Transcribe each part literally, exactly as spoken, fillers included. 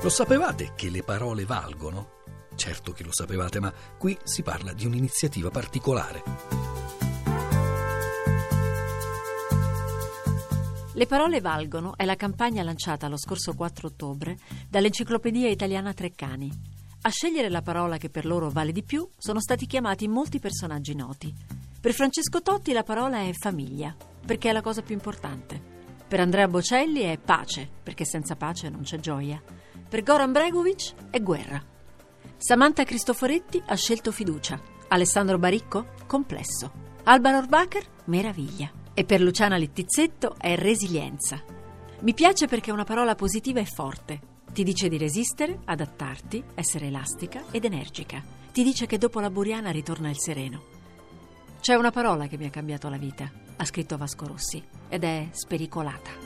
Lo sapevate che le parole valgono? Certo che lo sapevate, ma qui si parla di un'iniziativa particolare. Le parole valgono è la campagna lanciata lo scorso quattro ottobre dall'Enciclopedia Italiana Treccani. A scegliere la parola che per loro vale di più sono stati chiamati molti personaggi noti. Per Francesco Totti la parola è famiglia, perché è la cosa più importante. Per Andrea Bocelli è pace, perché senza pace non c'è gioia. Per Goran Bregovic è guerra. Samantha Cristoforetti ha scelto fiducia. Alessandro Baricco, complesso. Alba Norbacher, meraviglia. E per Luciana Littizzetto è resilienza. Mi piace perché è una parola positiva e forte. Ti dice di resistere, adattarti, essere elastica ed energica. Ti dice che dopo la buriana ritorna il sereno. C'è una parola che mi ha cambiato la vita, ha scritto Vasco Rossi, ed è spericolata.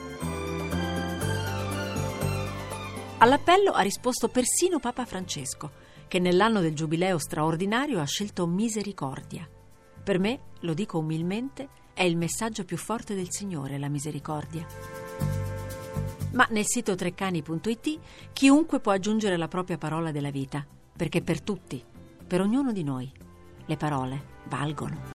All'appello ha risposto persino Papa Francesco, che nell'anno del giubileo straordinario ha scelto misericordia. Per me, lo dico umilmente, è il messaggio più forte del Signore, la misericordia. Ma nel sito treccani punto it chiunque può aggiungere la propria parola della vita, perché per tutti, per ognuno di noi, le parole valgono.